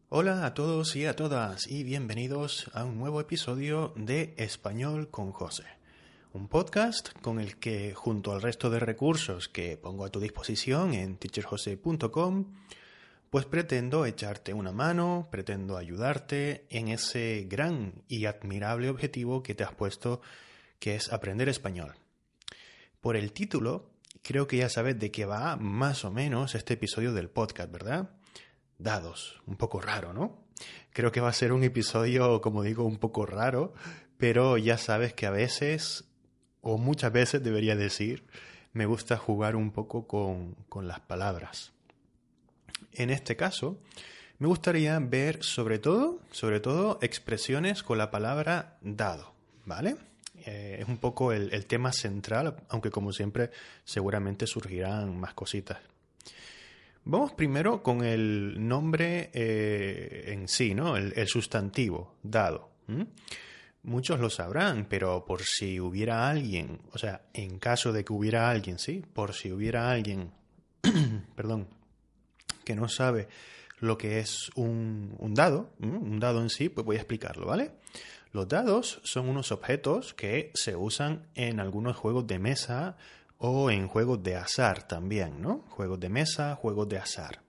Hola a todos y a todas y bienvenidos a un nuevo episodio de Español con José, un podcast con el que junto al resto de recursos que pongo a tu disposición en teacherjose.com, pues pretendo echarte una mano, pretendo ayudarte en ese gran y admirable objetivo que te has puesto, que es aprender español. Por el título, creo que ya sabes de qué va más o menos este episodio del podcast, ¿verdad? Dados, un poco raro, ¿no? Creo que va a ser un episodio, como digo, un poco raro, pero ya sabes que a veces, o muchas veces debería decir, me gusta jugar un poco con las palabras. En este caso, me gustaría ver sobre todo, expresiones con la palabra dado, ¿vale? Es un poco el tema central, aunque como siempre seguramente surgirán más cositas. Vamos primero con el nombre en sí, ¿no? El sustantivo, dado. Muchos lo sabrán, pero por si hubiera alguien, o sea, en caso de que hubiera alguien, ¿sí? Por si hubiera alguien, perdón, que no sabe lo que es un dado en sí, pues voy a explicarlo, ¿vale? Los dados son unos objetos que se usan en algunos juegos de mesa o en juegos de azar también, ¿no? Juegos de mesa, juegos de azar.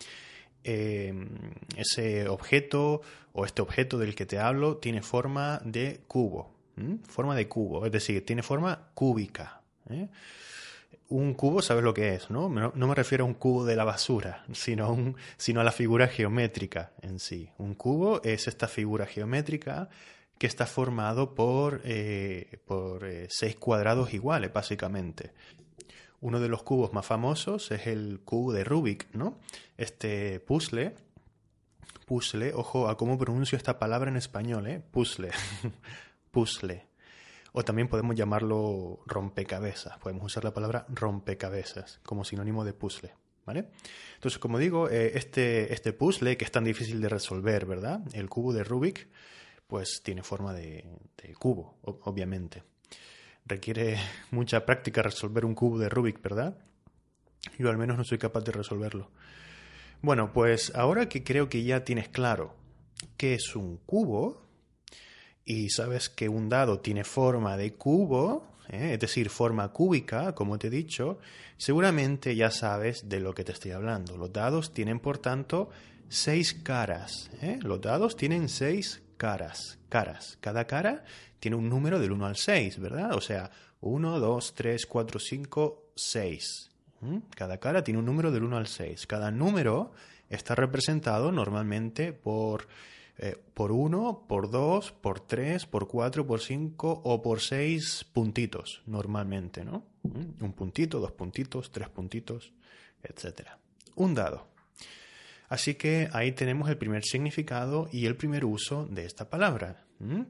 Ese objeto o este objeto del que te hablo tiene forma de cubo, forma de cubo, es decir, tiene forma cúbica. Un cubo, ¿sabes lo que es? No me refiero a un cubo de la basura, sino a la figura geométrica en sí. Un cubo es esta figura geométrica que está formado por 6 cuadrados iguales, básicamente. Uno de los cubos más famosos es el cubo de Rubik, ¿no? Este puzzle, ojo a cómo pronuncio esta palabra en español, puzzle, puzzle. O también podemos llamarlo rompecabezas, podemos usar la palabra rompecabezas como sinónimo de puzzle, ¿vale? Entonces, como digo, este puzzle que es tan difícil de resolver, ¿verdad? El cubo de Rubik, pues tiene forma de cubo, obviamente. Requiere mucha práctica resolver un cubo de Rubik, ¿verdad? Yo al menos no soy capaz de resolverlo. Bueno, pues ahora que creo que ya tienes claro qué es un cubo y sabes que un dado tiene forma de cubo, es decir, forma cúbica, como te he dicho, seguramente ya sabes de lo que te estoy hablando. Los dados tienen, por tanto, 6 caras. Los dados tienen 6 caras. Cada cara tiene un número del 1 al 6, ¿verdad? O sea, 1, 2, 3, 4, 5, 6. Cada cara tiene un número del 1 al 6. Cada número está representado normalmente por 1, por 2, por 3, por 4, por 5 o por 6 puntitos normalmente, ¿no? Un puntito, 2 puntitos, 3 puntitos, etc. Un dado. Así que ahí tenemos el primer significado y el primer uso de esta palabra.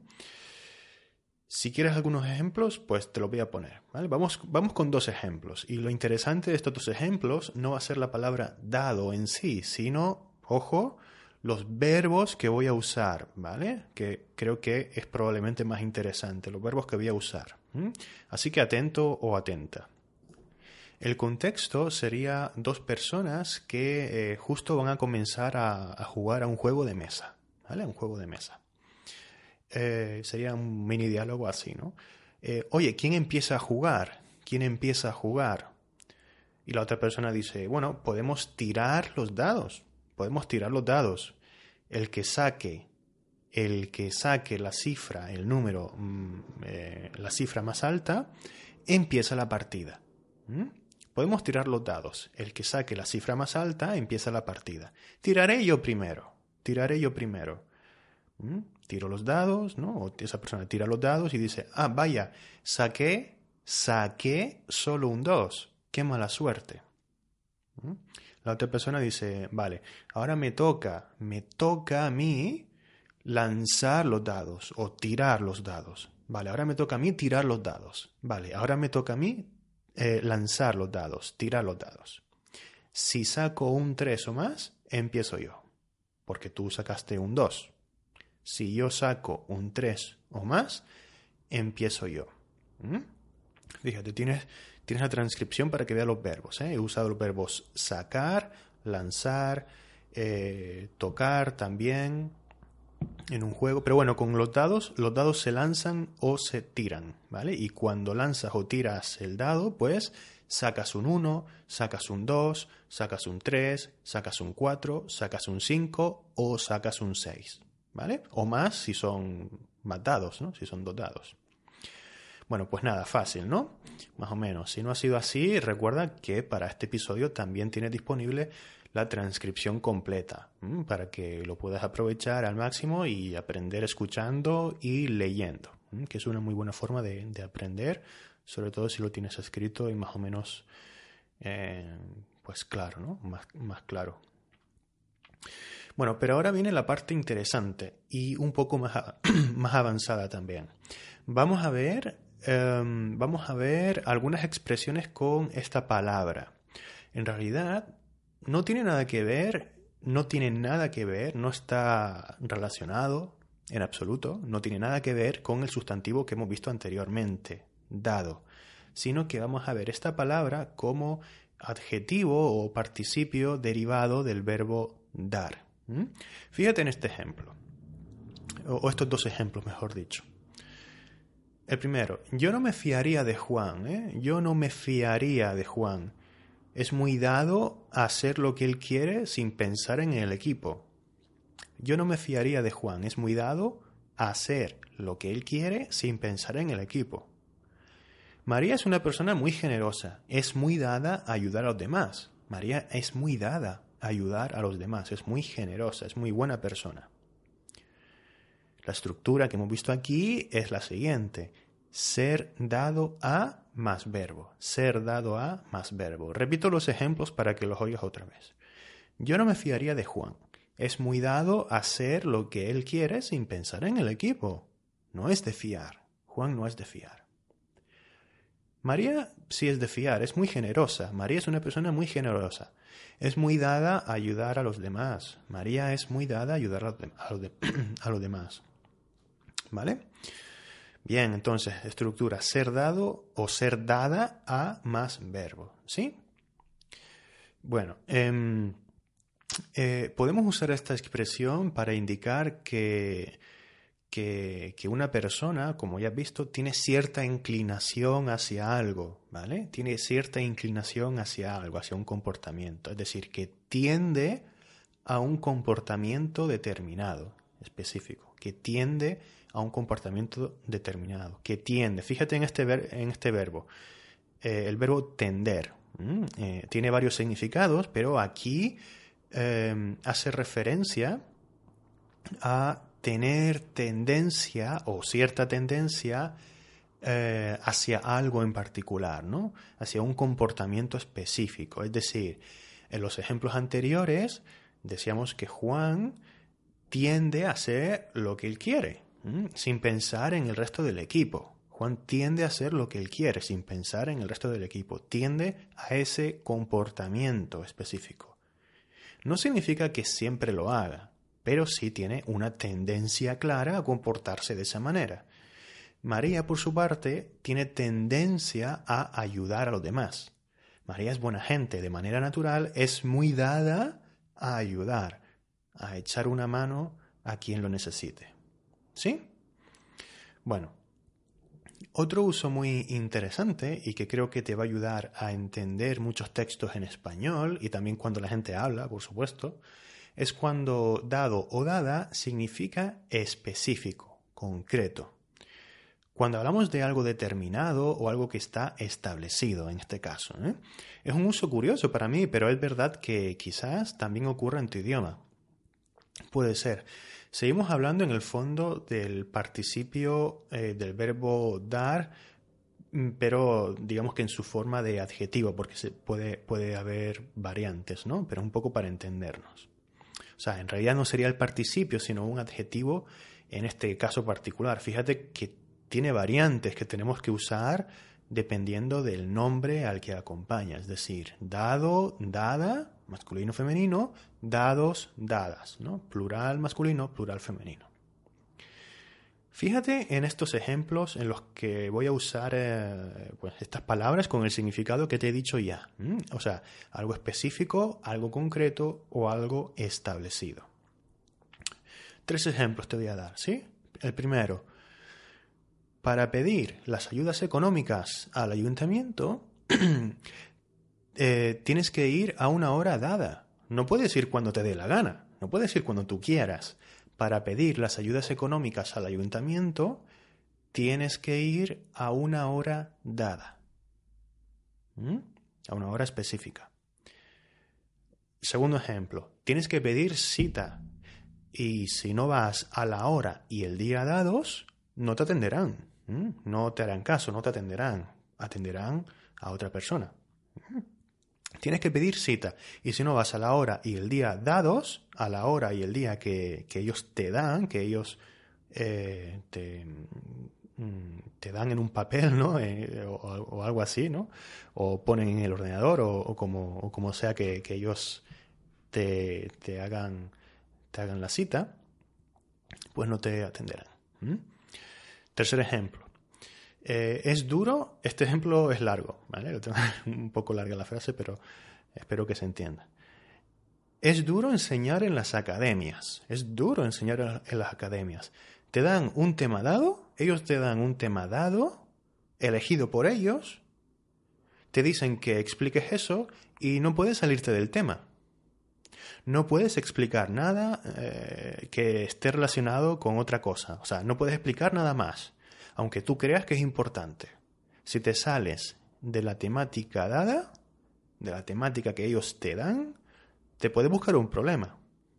Si quieres algunos ejemplos, pues te los voy a poner, ¿vale? Vamos con 2 ejemplos. Y lo interesante de estos 2 ejemplos no va a ser la palabra dado en sí, sino, ojo, los verbos que voy a usar, ¿vale? Que creo que es probablemente más interesante, los verbos que voy a usar. Así que atento o atenta. El contexto sería 2 personas que justo van a comenzar a jugar a un juego de mesa, ¿vale? Un juego de mesa. Sería un mini diálogo así, ¿no? Oye, ¿quién empieza a jugar? ¿Quién empieza a jugar? Y la otra persona dice, bueno, podemos tirar los dados. Podemos tirar los dados. El que saque la cifra, el número, la cifra más alta, empieza la partida. Podemos tirar los dados. El que saque la cifra más alta, empieza la partida. Tiraré yo primero. Tiro los dados, ¿no? O esa persona tira los dados y dice, vaya, saqué solo un 2. Qué mala suerte. La otra persona dice, vale, ahora me toca a mí lanzar los dados o tirar los dados. Vale, ahora me toca a mí tirar los dados. Vale, ahora me toca a mí lanzar los dados, tirar los dados. Si saco un 3 o más, empiezo yo, porque tú sacaste un 2. Si yo saco un 3 o más, empiezo yo. Fíjate, tienes la transcripción para que veas los verbos. He usado los verbos sacar, lanzar, tocar también en un juego. Pero bueno, con los dados se lanzan o se tiran, ¿vale? Y cuando lanzas o tiras el dado, pues sacas un 1, sacas un 2, sacas un 3, sacas un 4, sacas un 5 o sacas un 6, ¿vale? O más si son más dados, ¿no? Si son 2 dados. Bueno, pues nada, fácil, ¿no? Más o menos. Si no ha sido así, recuerda que para este episodio también tienes disponible la transcripción completa, para que lo puedas aprovechar al máximo y aprender escuchando y leyendo, que es una muy buena forma de aprender, sobre todo si lo tienes escrito y más o menos, pues claro, ¿no? Más claro. Bueno, pero ahora viene la parte interesante y un poco más avanzada también. Vamos a ver algunas expresiones con esta palabra. En realidad no tiene nada que ver, no está relacionado en absoluto, no tiene nada que ver con el sustantivo que hemos visto anteriormente, dado, sino que vamos a ver esta palabra como adjetivo o participio derivado del verbo dar. Fíjate en este ejemplo, o estos dos ejemplos, mejor dicho. El primero, yo no me fiaría de Juan, ¿eh? Yo no me fiaría de Juan. Es muy dado a hacer lo que él quiere sin pensar en el equipo. Yo no me fiaría de Juan. Es muy dado a hacer lo que él quiere sin pensar en el equipo. María es una persona muy generosa. Es muy dada a ayudar a los demás. María es muy dada a ayudar a los demás. Es muy generosa. Es muy buena persona. La estructura que hemos visto aquí es la siguiente. Ser dado a más verbo. Ser dado a más verbo. Repito los ejemplos para que los oigas otra vez. Yo no me fiaría de Juan. Es muy dado a hacer lo que él quiere sin pensar en el equipo. No es de fiar. Juan no es de fiar. María sí es de fiar. Es muy generosa. María es una persona muy generosa. Es muy dada a ayudar a los demás. María es muy dada a ayudar a los demás. ¿Vale? Bien, entonces, estructura, ser dado o ser dada a más verbo, ¿sí? Bueno, podemos usar esta expresión para indicar que una persona, como ya has visto, tiene cierta inclinación hacia algo, ¿vale? Tiene cierta inclinación hacia algo, hacia un comportamiento. Es decir, que tiende a un comportamiento determinado, específico, que tiende a un comportamiento determinado, que tiende. Fíjate en este verbo, el verbo tender. Tiene varios significados, pero aquí hace referencia a tener tendencia o cierta tendencia hacia algo en particular, ¿no? Hacia un comportamiento específico. Es decir, en los ejemplos anteriores decíamos que Juan tiende a hacer lo que él quiere, sin pensar en el resto del equipo. Juan tiende a hacer lo que él quiere, sin pensar en el resto del equipo. Tiende a ese comportamiento específico. No significa que siempre lo haga, pero sí tiene una tendencia clara a comportarse de esa manera. María, por su parte, tiene tendencia a ayudar a los demás. María es buena gente, de manera natural, es muy dada a ayudar, a echar una mano a quien lo necesite. ¿Sí? Bueno, otro uso muy interesante y que creo que te va a ayudar a entender muchos textos en español y también cuando la gente habla, por supuesto, es cuando dado o dada significa específico, concreto. Cuando hablamos de algo determinado o algo que está establecido, en este caso, es un uso curioso para mí, pero es verdad que quizás también ocurra en tu idioma. Puede ser. Seguimos hablando en el fondo del participio del verbo dar, pero digamos que en su forma de adjetivo, porque puede haber variantes, ¿no? Pero un poco para entendernos. O sea, en realidad no sería el participio, sino un adjetivo en este caso particular. Fíjate que tiene variantes que tenemos que usar dependiendo del nombre al que acompaña. Es decir, dado, dada, masculino, femenino, dados, dadas, ¿no? Plural masculino, plural femenino. Fíjate en estos ejemplos en los que voy a usar pues estas palabras con el significado que te he dicho ya. O sea, algo específico, algo concreto o algo establecido. 3 ejemplos te voy a dar, ¿sí? El primero, para pedir las ayudas económicas al ayuntamiento, tienes que ir a una hora dada. No puedes ir cuando te dé la gana, no puedes ir cuando tú quieras. Para pedir las ayudas económicas al ayuntamiento, tienes que ir a una hora dada. A una hora específica. Segundo ejemplo, tienes que pedir cita. Y si no vas a la hora y el día dados, no te atenderán. No te harán caso, no te atenderán. Atenderán a otra persona. Tienes que pedir cita. Y si no vas a la hora y el día dados, a la hora y el día que ellos te dan, que ellos te dan en un papel, ¿no? O algo así, ¿no? O ponen en el ordenador o como sea que ellos te hagan la cita, pues no te atenderán. Tercer ejemplo. ¿Es duro? Este ejemplo es largo, ¿vale? Lo tengo un poco larga la frase, pero espero que se entienda. Es duro enseñar en las academias. Es duro enseñar en las academias. Te dan un tema dado, ellos te dan un tema dado, elegido por ellos, te dicen que expliques eso y no puedes salirte del tema. No puedes explicar nada que esté relacionado con otra cosa. O sea, no puedes explicar nada más, aunque tú creas que es importante. Si te sales de la temática dada, de la temática que ellos te dan, te puede buscar un problema.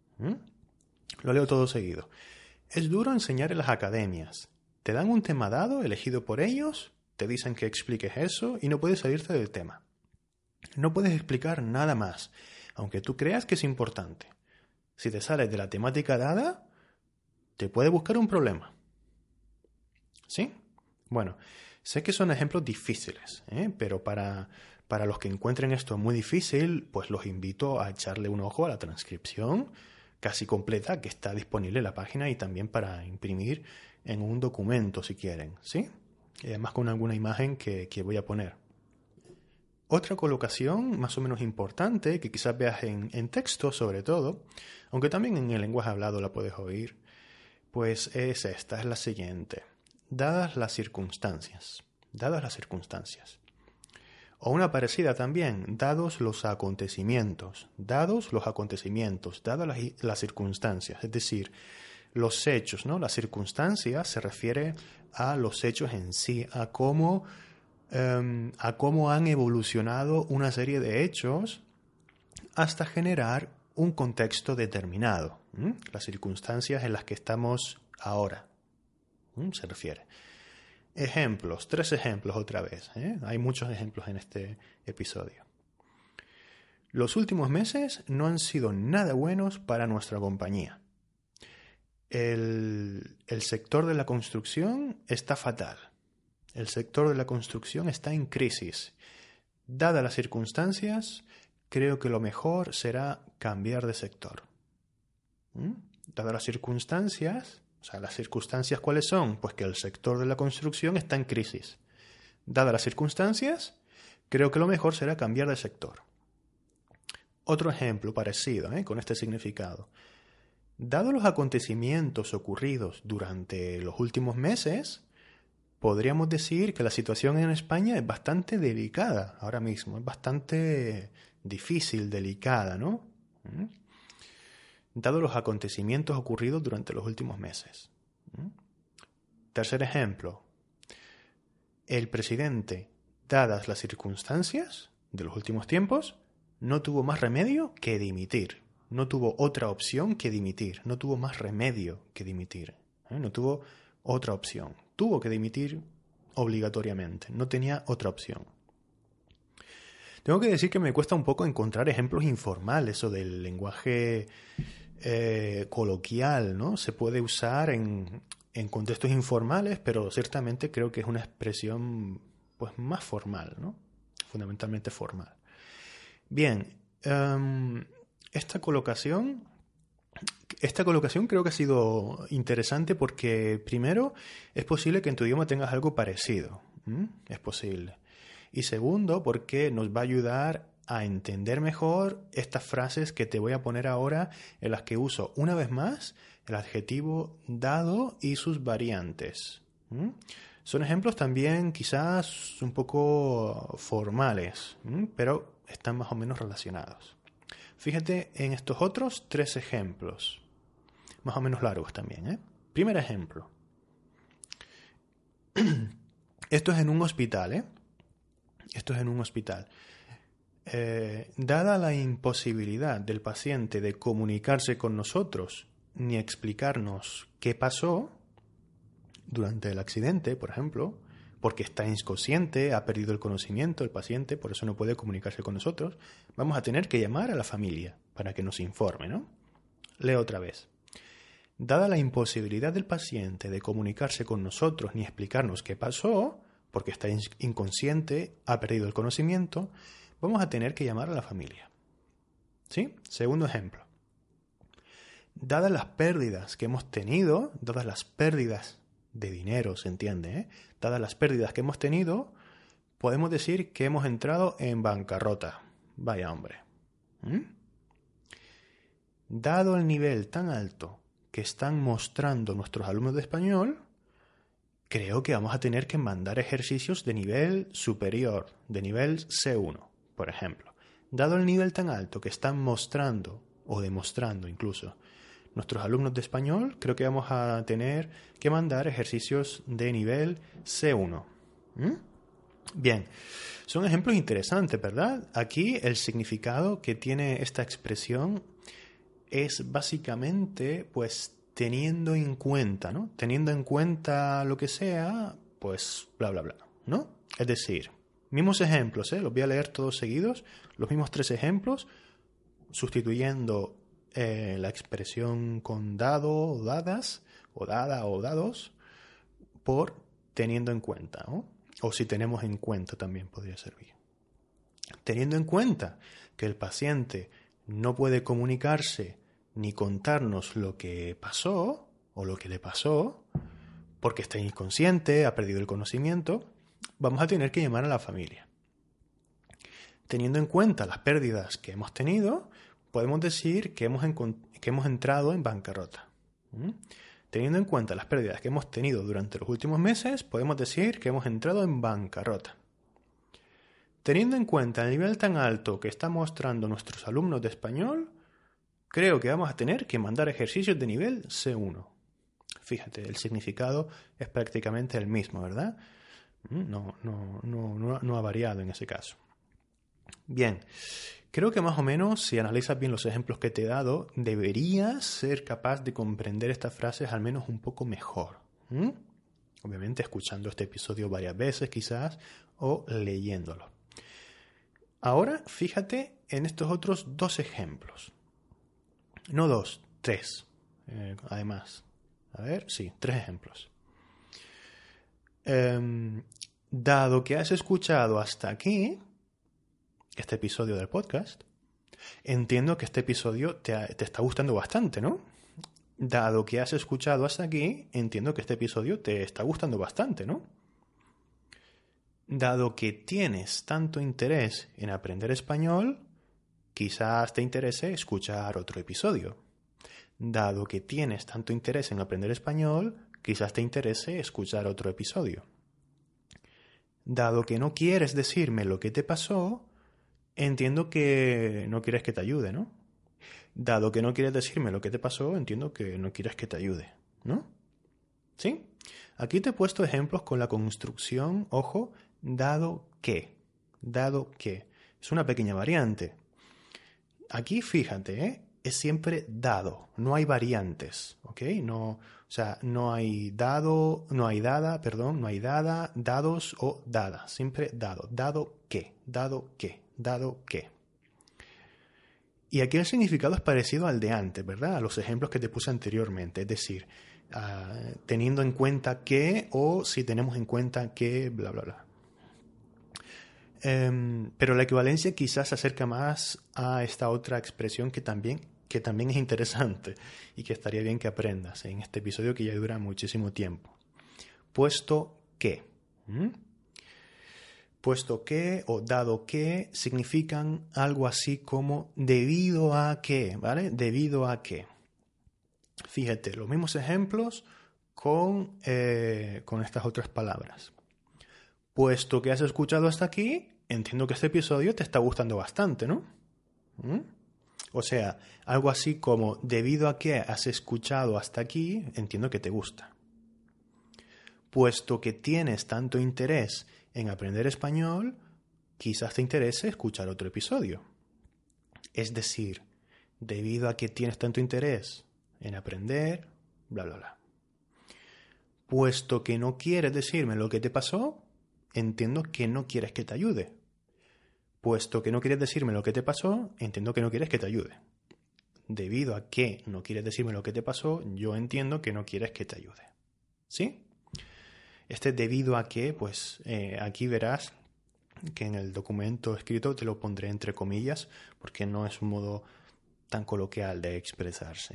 Lo leo todo seguido. Es duro enseñar en las academias. Te dan un tema dado, elegido por ellos, te dicen que expliques eso y no puedes salirte del tema. No puedes explicar nada más, aunque tú creas que es importante. Si te sales de la temática dada, te puede buscar un problema. ¿Sí? Bueno, sé que son ejemplos difíciles, pero para los que encuentren esto muy difícil, pues los invito a echarle un ojo a la transcripción casi completa que está disponible en la página y también para imprimir en un documento si quieren, ¿sí? Y además con alguna imagen que voy a poner. Otra colocación más o menos importante, que quizás veas en texto sobre todo, aunque también en el lenguaje hablado la puedes oír, pues es esta, es la siguiente. Dadas las circunstancias. Dadas las circunstancias. O una parecida también, dados los acontecimientos. Dados los acontecimientos, dadas las circunstancias. Es decir, los hechos, ¿no? Las circunstancias se refiere a los hechos en sí, a cómo han evolucionado una serie de hechos hasta generar un contexto determinado. Las circunstancias en las que estamos ahora. Se refiere. Ejemplos, 3 ejemplos otra vez. Hay muchos ejemplos en este episodio. Los últimos meses no han sido nada buenos para nuestra compañía. El sector de la construcción está fatal. El sector de la construcción está en crisis. Dadas las circunstancias, creo que lo mejor será cambiar de sector. Dadas las circunstancias, o sea, ¿las circunstancias cuáles son? Pues que el sector de la construcción está en crisis. Dadas las circunstancias, creo que lo mejor será cambiar de sector. Otro ejemplo parecido, con este significado. Dados los acontecimientos ocurridos durante los últimos meses, podríamos decir que la situación en España es bastante delicada ahora mismo, es bastante difícil, delicada, ¿no? Dados los acontecimientos ocurridos durante los últimos meses. Tercer ejemplo. El presidente, dadas las circunstancias de los últimos tiempos, no tuvo más remedio que dimitir. No tuvo otra opción que dimitir. No tuvo más remedio que dimitir. No tuvo otra opción. Tuvo que dimitir obligatoriamente. No tenía otra opción. Tengo que decir que me cuesta un poco encontrar ejemplos informales o del lenguaje coloquial, ¿no? Se puede usar en contextos informales, pero ciertamente creo que es una expresión pues más formal, ¿no? Fundamentalmente formal. Bien, esta colocación Esta colocación creo que ha sido interesante porque, primero, es posible que en tu idioma tengas algo parecido. Es posible. Y segundo, porque nos va a ayudar a entender mejor estas frases que te voy a poner ahora, en las que uso una vez más el adjetivo dado y sus variantes. Son ejemplos también quizás un poco formales, pero están más o menos relacionados. Fíjate en estos otros 3 ejemplos, más o menos largos también. Primer ejemplo. Esto es en un hospital, Esto es en un hospital. Dada la imposibilidad del paciente de comunicarse con nosotros ni explicarnos qué pasó durante el accidente, por ejemplo, porque está inconsciente, ha perdido el conocimiento el paciente, por eso no puede comunicarse con nosotros, vamos a tener que llamar a la familia para que nos informe, ¿no? Leo otra vez. Dada la imposibilidad del paciente de comunicarse con nosotros ni explicarnos qué pasó, porque está inconsciente, ha perdido el conocimiento, vamos a tener que llamar a la familia. ¿Sí? Segundo ejemplo. Dadas las pérdidas que hemos tenido, dadas las pérdidas de dinero, se entiende, dadas las pérdidas que hemos tenido, podemos decir que hemos entrado en bancarrota. Vaya hombre. Dado el nivel tan alto que están mostrando nuestros alumnos de español, creo que vamos a tener que mandar ejercicios de nivel superior, de nivel C1, por ejemplo. Dado el nivel tan alto que están mostrando, o demostrando incluso, nuestros alumnos de español, creo que vamos a tener que mandar ejercicios de nivel C1. Bien, son ejemplos interesantes, ¿verdad? Aquí el significado que tiene esta expresión es básicamente, pues, teniendo en cuenta, ¿no? Teniendo en cuenta lo que sea, pues, bla, bla, bla, ¿no? Es decir, mismos ejemplos, los voy a leer todos seguidos, los mismos 3 ejemplos, sustituyendo la expresión con dado o dadas, o dada o dados, por teniendo en cuenta, ¿no? O si tenemos en cuenta también podría servir. Teniendo en cuenta que el paciente no puede comunicarse ni contarnos lo que pasó o lo que le pasó, porque está inconsciente, ha perdido el conocimiento, vamos a tener que llamar a la familia. Teniendo en cuenta las pérdidas que hemos tenido, podemos decir que hemos entrado en bancarrota. Teniendo en cuenta las pérdidas que hemos tenido durante los últimos meses, podemos decir que hemos entrado en bancarrota. Teniendo en cuenta el nivel tan alto que están mostrando nuestros alumnos de español, creo que vamos a tener que mandar ejercicios de nivel C1. Fíjate, el significado es prácticamente el mismo, ¿verdad? No ha variado en ese caso. Bien, creo que más o menos, si analizas bien los ejemplos que te he dado, deberías ser capaz de comprender estas frases al menos un poco mejor. Obviamente escuchando este episodio varias veces quizás, o leyéndolo. Ahora, fíjate en estos otros 2 ejemplos. No 2, 3. Además, a ver, sí, 3 ejemplos. Dado que has escuchado hasta aquí este episodio del podcast, entiendo que este episodio te está gustando bastante, ¿no? Dado que has escuchado hasta aquí, entiendo que este episodio te está gustando bastante, ¿no? Dado que tienes tanto interés en aprender español, quizás te interese escuchar otro episodio. Dado que tienes tanto interés en aprender español, quizás te interese escuchar otro episodio. Dado que no quieres decirme lo que te pasó, entiendo que no quieres que te ayude, ¿no? Dado que no quieres decirme lo que te pasó, entiendo que no quieres que te ayude, ¿no? ¿Sí? Aquí te he puesto ejemplos con la construcción, ojo, dado que. Dado que. Es una pequeña variante. Aquí, fíjate, es siempre dado, no hay variantes, ¿ok? No hay dado, no hay dada, perdón, no hay dada, dados o dada, siempre dado, dado que, dado que, dado que. Y aquí el significado es parecido al de antes, ¿verdad? A los ejemplos que te puse anteriormente, es decir, teniendo en cuenta que o si tenemos en cuenta que, bla, bla, bla. Pero la equivalencia quizás se acerca más a esta otra expresión que también que también es interesante y que estaría bien que aprendas en este episodio que ya dura muchísimo tiempo. Puesto que. Puesto que o dado que significan algo así como debido a que, ¿vale? Debido a que. Fíjate, los mismos ejemplos con estas otras palabras. Puesto que has escuchado hasta aquí, entiendo que este episodio te está gustando bastante, ¿no? O sea, algo así como debido a que has escuchado hasta aquí, entiendo que te gusta. Puesto que tienes tanto interés en aprender español, quizás te interese escuchar otro episodio. Es decir, debido a que tienes tanto interés en aprender, bla, bla, bla. Puesto que no quieres decirme lo que te pasó, entiendo que no quieres que te ayude. Puesto que no quieres decirme lo que te pasó, entiendo que no quieres que te ayude. Debido a que no quieres decirme lo que te pasó, yo entiendo que no quieres que te ayude. ¿Sí? Este debido a que, pues aquí verás que en el documento escrito te lo pondré entre comillas, porque no es un modo tan coloquial de expresarse.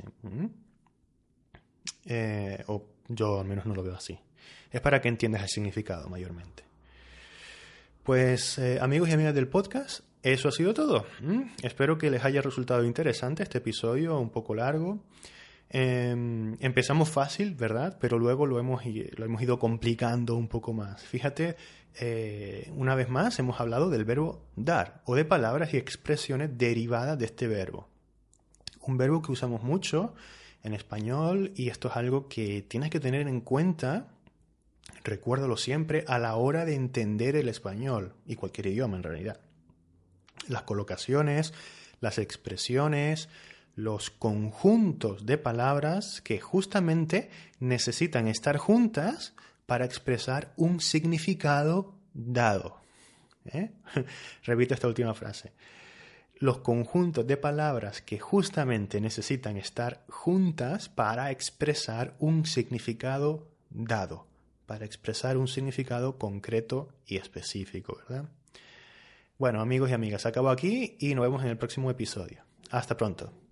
O yo al menos no lo veo así. Es para que entiendas el significado mayormente. Pues amigos y amigas del podcast, eso ha sido todo. Espero que les haya resultado interesante este episodio, un poco largo. Empezamos fácil, ¿verdad? Pero luego lo hemos ido complicando un poco más. Fíjate, una vez más hemos hablado del verbo dar o de palabras y expresiones derivadas de este verbo. Un verbo que usamos mucho en español y esto es algo que tienes que tener en cuenta, recuérdalo siempre, a la hora de entender el español y cualquier idioma en realidad. Las colocaciones, las expresiones, los conjuntos de palabras que justamente necesitan estar juntas para expresar un significado dado. Repito esta última frase. Los conjuntos de palabras que justamente necesitan estar juntas para expresar un significado dado, para expresar un significado concreto y específico, ¿verdad? Bueno, amigos y amigas, acabo aquí y nos vemos en el próximo episodio. Hasta pronto.